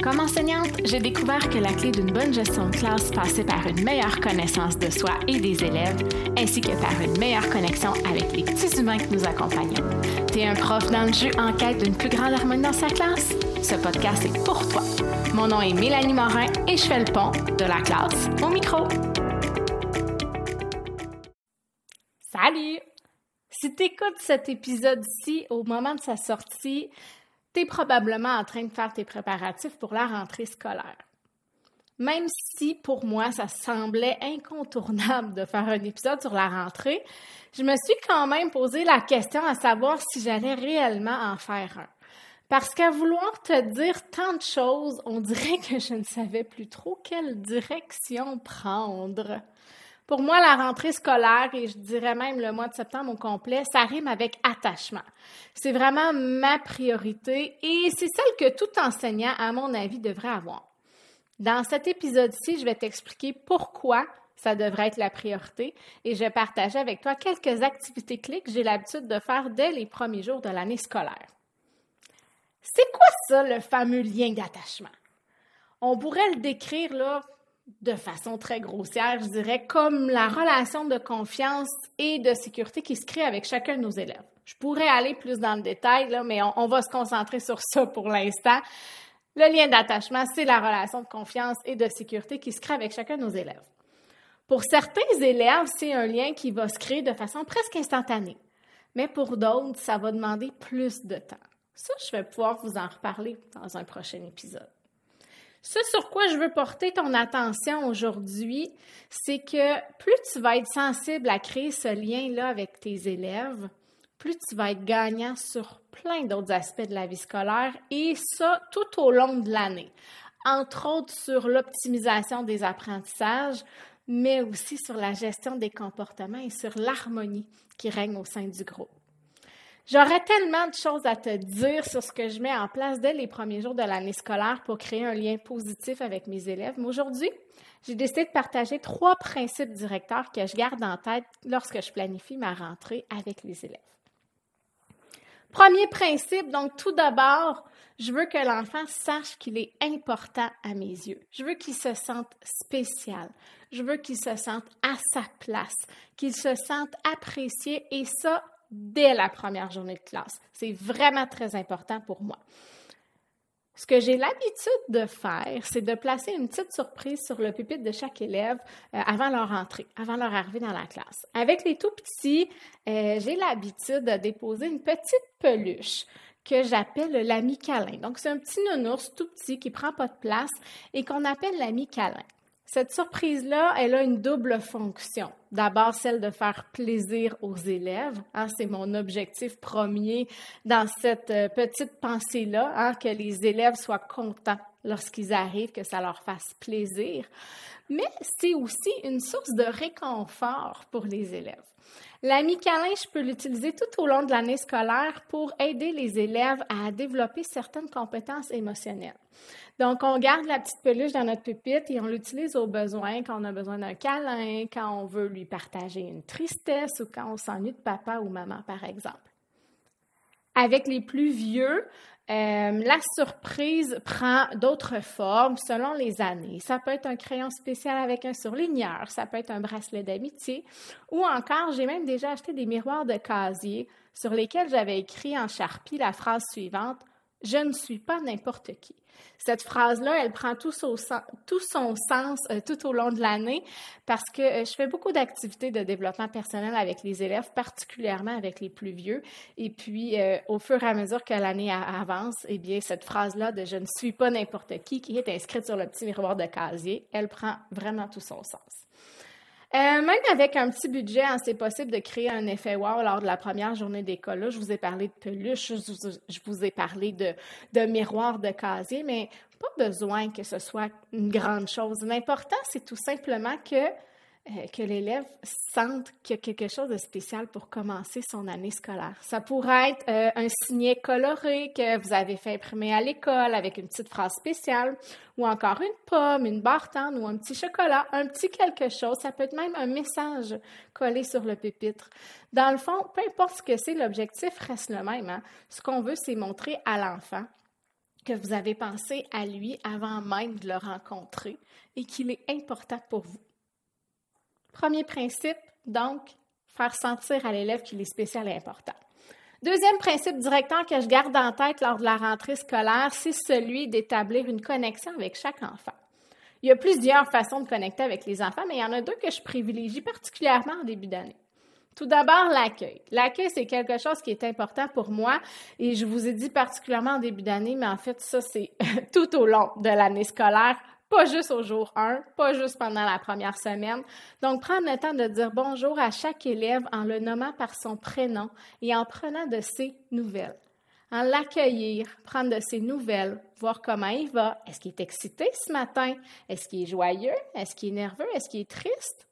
Comme enseignante, j'ai découvert que la clé d'une bonne gestion de classe passait par une meilleure connaissance de soi et des élèves, ainsi que par une meilleure connexion avec les petits humains que nous accompagnons. T'es un prof dans le jus en quête d'une plus grande harmonie dans sa classe? Ce podcast est pour toi. Mon nom est Mélanie Morin et je fais le pont de la classe au micro. Salut! Si tu écoutes cet épisode-ci au moment de sa sortie, tu es probablement en train de faire tes préparatifs pour la rentrée scolaire. Même si, pour moi, ça semblait incontournable de faire un épisode sur la rentrée, je me suis quand même posé la question à savoir si j'allais réellement en faire un. Parce qu'à vouloir te dire tant de choses, on dirait que je ne savais plus trop quelle direction prendre. Pour moi, la rentrée scolaire, et je dirais même le mois de septembre au complet, ça rime avec attachement. C'est vraiment ma priorité et c'est celle que tout enseignant, à mon avis, devrait avoir. Dans cet épisode-ci, je vais t'expliquer pourquoi ça devrait être la priorité et je vais partager avec toi quelques activités clés que j'ai l'habitude de faire dès les premiers jours de l'année scolaire. C'est quoi ça, le fameux lien d'attachement? On pourrait le décrire là de façon très grossière, je dirais, comme la relation de confiance et de sécurité qui se crée avec chacun de nos élèves. Je pourrais aller plus dans le détail, là, mais on va se concentrer sur ça pour l'instant. Le lien d'attachement, c'est la relation de confiance et de sécurité qui se crée avec chacun de nos élèves. Pour certains élèves, c'est un lien qui va se créer de façon presque instantanée. Mais pour d'autres, ça va demander plus de temps. Ça, je vais pouvoir vous en reparler dans un prochain épisode. Ce sur quoi je veux porter ton attention aujourd'hui, c'est que plus tu vas être sensible à créer ce lien-là avec tes élèves, plus tu vas être gagnant sur plein d'autres aspects de la vie scolaire et ça tout au long de l'année. Entre autres sur l'optimisation des apprentissages, mais aussi sur la gestion des comportements et sur l'harmonie qui règne au sein du groupe. J'aurais tellement de choses à te dire sur ce que je mets en place dès les premiers jours de l'année scolaire pour créer un lien positif avec mes élèves. Mais aujourd'hui, j'ai décidé de partager 3 principes directeurs que je garde en tête lorsque je planifie ma rentrée avec les élèves. Premier principe, donc tout d'abord, je veux que l'enfant sache qu'il est important à mes yeux. Je veux qu'il se sente spécial. Je veux qu'il se sente à sa place, qu'il se sente apprécié et ça, dès la première journée de classe. C'est vraiment très important pour moi. Ce que j'ai l'habitude de faire, c'est de placer une petite surprise sur le pupitre de chaque élève avant leur entrée, avant leur arrivée dans la classe. Avec les tout petits, j'ai l'habitude de déposer une petite peluche que j'appelle l'ami câlin. Donc, c'est un petit nounours tout petit qui ne prend pas de place et qu'on appelle l'ami câlin. Cette surprise-là, elle a une double fonction. D'abord, celle de faire plaisir aux élèves. C'est mon objectif premier dans cette petite pensée-là, que les élèves soient contents lorsqu'ils arrivent, que ça leur fasse plaisir. Mais c'est aussi une source de réconfort pour les élèves. L'ami câlin, je peux l'utiliser tout au long de l'année scolaire pour aider les élèves à développer certaines compétences émotionnelles. Donc, on garde la petite peluche dans notre pupitre et on l'utilise au besoin quand on a besoin d'un câlin, quand on veut lui partager une tristesse ou quand on s'ennuie de papa ou maman, par exemple. Avec les plus vieux, la surprise prend d'autres formes selon les années. Ça peut être un crayon spécial avec un surligneur, ça peut être un bracelet d'amitié ou encore, j'ai même déjà acheté des miroirs de casier sur lesquels j'avais écrit en charpie la phrase suivante « Je ne suis pas n'importe qui ». Cette phrase-là, elle prend tout son sens tout au long de l'année parce que je fais beaucoup d'activités de développement personnel avec les élèves, particulièrement avec les plus vieux. Et puis, au fur et à mesure que l'année avance, eh bien, cette phrase-là de « je ne suis pas n'importe qui est inscrite sur le petit miroir de casier, elle prend vraiment tout son sens. Même avec un petit budget, c'est possible de créer un effet wow lors de la première journée d'école. Là, je vous ai parlé de peluche, je vous ai parlé de miroir de casier, mais pas besoin que ce soit une grande chose. L'important, c'est tout simplement que l'élève sente qu'il y a quelque chose de spécial pour commencer son année scolaire. Ça pourrait être un signet coloré que vous avez fait imprimer à l'école avec une petite phrase spéciale ou encore une pomme, une barre tendre ou un petit chocolat, un petit quelque chose. Ça peut être même un message collé sur le pupitre. Dans le fond, peu importe ce que c'est, l'objectif reste le même. Ce qu'on veut, c'est montrer à l'enfant que vous avez pensé à lui avant même de le rencontrer et qu'il est important pour vous. Premier principe, donc, faire sentir à l'élève qu'il est spécial et important. Deuxième principe directeur que je garde en tête lors de la rentrée scolaire, c'est celui d'établir une connexion avec chaque enfant. Il y a plusieurs façons de connecter avec les enfants, mais il y en a deux que je privilégie particulièrement en début d'année. Tout d'abord, l'accueil. L'accueil, c'est quelque chose qui est important pour moi et je vous ai dit particulièrement en début d'année, mais en fait, ça, c'est tout au long de l'année scolaire, pas juste au jour 1, pas juste pendant la première semaine. Donc, prendre le temps de dire bonjour à chaque élève en le nommant par son prénom et en prenant de ses nouvelles. En l'accueillir, prendre de ses nouvelles, voir comment il va. Est-ce qu'il est excité ce matin? Est-ce qu'il est joyeux? Est-ce qu'il est nerveux? Est-ce qu'il est triste?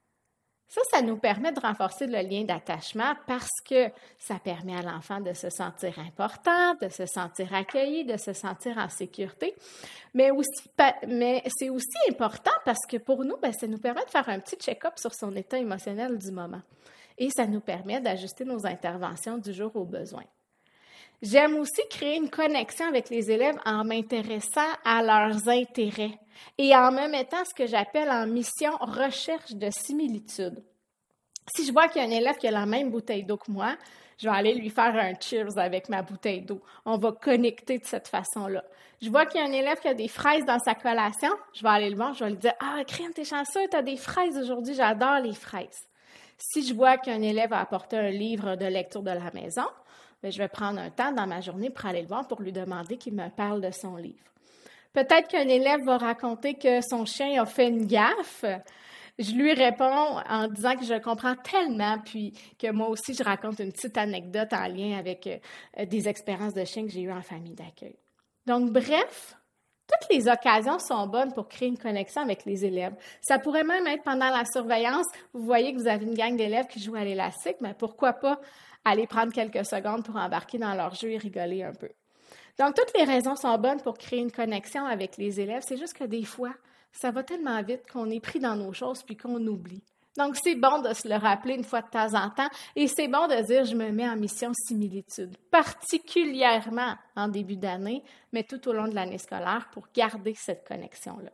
Ça nous permet de renforcer le lien d'attachement parce que ça permet à l'enfant de se sentir important, de se sentir accueilli, de se sentir en sécurité. Mais c'est aussi important parce que pour nous, ça nous permet de faire un petit check-up sur son état émotionnel du moment. Et ça nous permet d'ajuster nos interventions du jour au besoin. J'aime aussi créer une connexion avec les élèves en m'intéressant à leurs intérêts et en me mettant ce que j'appelle en mission recherche de similitudes. Si je vois qu'il y a un élève qui a la même bouteille d'eau que moi, je vais aller lui faire un cheers avec ma bouteille d'eau. On va connecter de cette façon-là. Je vois qu'il y a un élève qui a des fraises dans sa collation, je vais aller le voir, je vais lui dire « Ah, Crème, t'es chanceux, t'as des fraises aujourd'hui, j'adore les fraises. » Si je vois qu'un élève a apporté un livre de lecture de la maison, je vais prendre un temps dans ma journée pour aller le voir pour lui demander qu'il me parle de son livre. Peut-être qu'un élève va raconter que son chien a fait une gaffe. Je lui réponds en disant que je comprends tellement, puis que moi aussi, je raconte une petite anecdote en lien avec des expériences de chien que j'ai eues en famille d'accueil. Donc, bref, toutes les occasions sont bonnes pour créer une connexion avec les élèves. Ça pourrait même être pendant la surveillance. Vous voyez que vous avez une gang d'élèves qui jouent à l'élastique, mais pourquoi pas aller prendre quelques secondes pour embarquer dans leur jeu et rigoler un peu. Donc, toutes les raisons sont bonnes pour créer une connexion avec les élèves. C'est juste que des fois, ça va tellement vite qu'on est pris dans nos choses puis qu'on oublie. Donc, c'est bon de se le rappeler une fois de temps en temps et c'est bon de dire « je me mets en mission similitude », particulièrement en début d'année, mais tout au long de l'année scolaire pour garder cette connexion-là.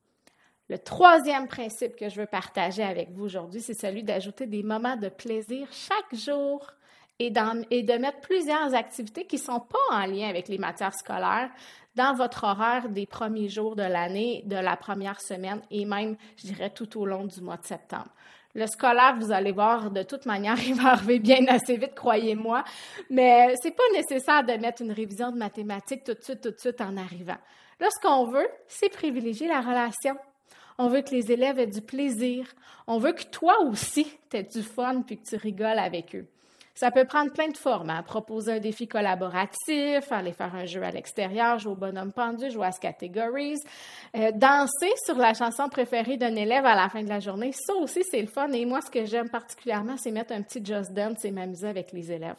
Le troisième principe que je veux partager avec vous aujourd'hui, c'est celui d'ajouter des moments de plaisir chaque jour et de mettre plusieurs activités qui ne sont pas en lien avec les matières scolaires dans votre horaire des premiers jours de l'année, de la première semaine et même, je dirais, tout au long du mois de septembre. Le scolaire, vous allez voir, de toute manière, il va arriver bien assez vite, croyez-moi, mais c'est pas nécessaire de mettre une révision de mathématiques tout de suite en arrivant. Là, ce qu'on veut, c'est privilégier la relation. On veut que les élèves aient du plaisir. On veut que toi aussi, tu aies du fun puis que tu rigoles avec eux. Ça peut prendre plein de formes, hein? Proposer un défi collaboratif, aller faire un jeu à l'extérieur, jouer au bonhomme pendu, jouer à Categories, danser sur la chanson préférée d'un élève à la fin de la journée. Ça aussi, c'est le fun. Et moi, ce que j'aime particulièrement, c'est mettre un petit Just Dance et m'amuser avec les élèves.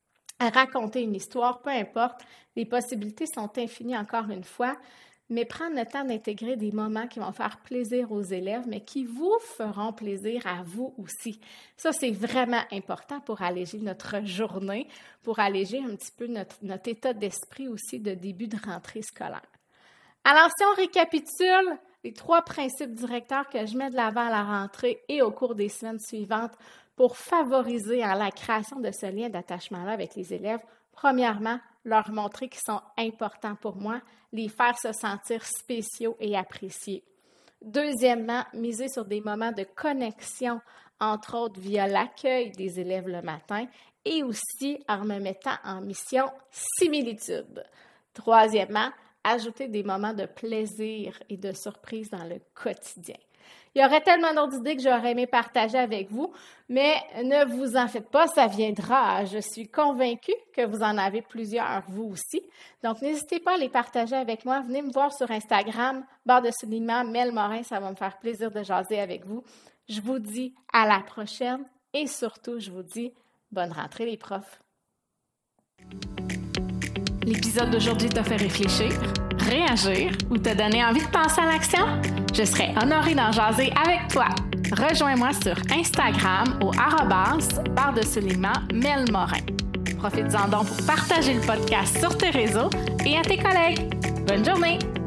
À raconter une histoire, peu importe, les possibilités sont infinies encore une fois, mais prendre le temps d'intégrer des moments qui vont faire plaisir aux élèves, mais qui vous feront plaisir à vous aussi. Ça, c'est vraiment important pour alléger notre journée, pour alléger un petit peu notre état d'esprit aussi de début de rentrée scolaire. Alors, si on récapitule les 3 principes directeurs que je mets de l'avant à la rentrée et au cours des semaines suivantes pour favoriser la création de ce lien d'attachement-là avec les élèves, premièrement, leur montrer qu'ils sont importants pour moi, les faire se sentir spéciaux et appréciés. Deuxièmement, miser sur des moments de connexion, entre autres via l'accueil des élèves le matin et aussi en me mettant en mission similitude. Troisièmement, ajouter des moments de plaisir et de surprise dans le quotidien. Il y aurait tellement d'autres idées que j'aurais aimé partager avec vous, mais ne vous en faites pas, ça viendra. Je suis convaincue que vous en avez plusieurs, vous aussi. Donc, n'hésitez pas à les partager avec moi. Venez me voir sur Instagram, _, Mel Morin, ça va me faire plaisir de jaser avec vous. Je vous dis à la prochaine et surtout, je vous dis bonne rentrée les profs. L'épisode d'aujourd'hui t'a fait réfléchir, réagir ou t'a donné envie de passer à l'action? Je serais honorée d'en jaser avec toi. Rejoins-moi sur Instagram au @Melmorin. Profites-en donc pour partager le podcast sur tes réseaux et à tes collègues. Bonne journée!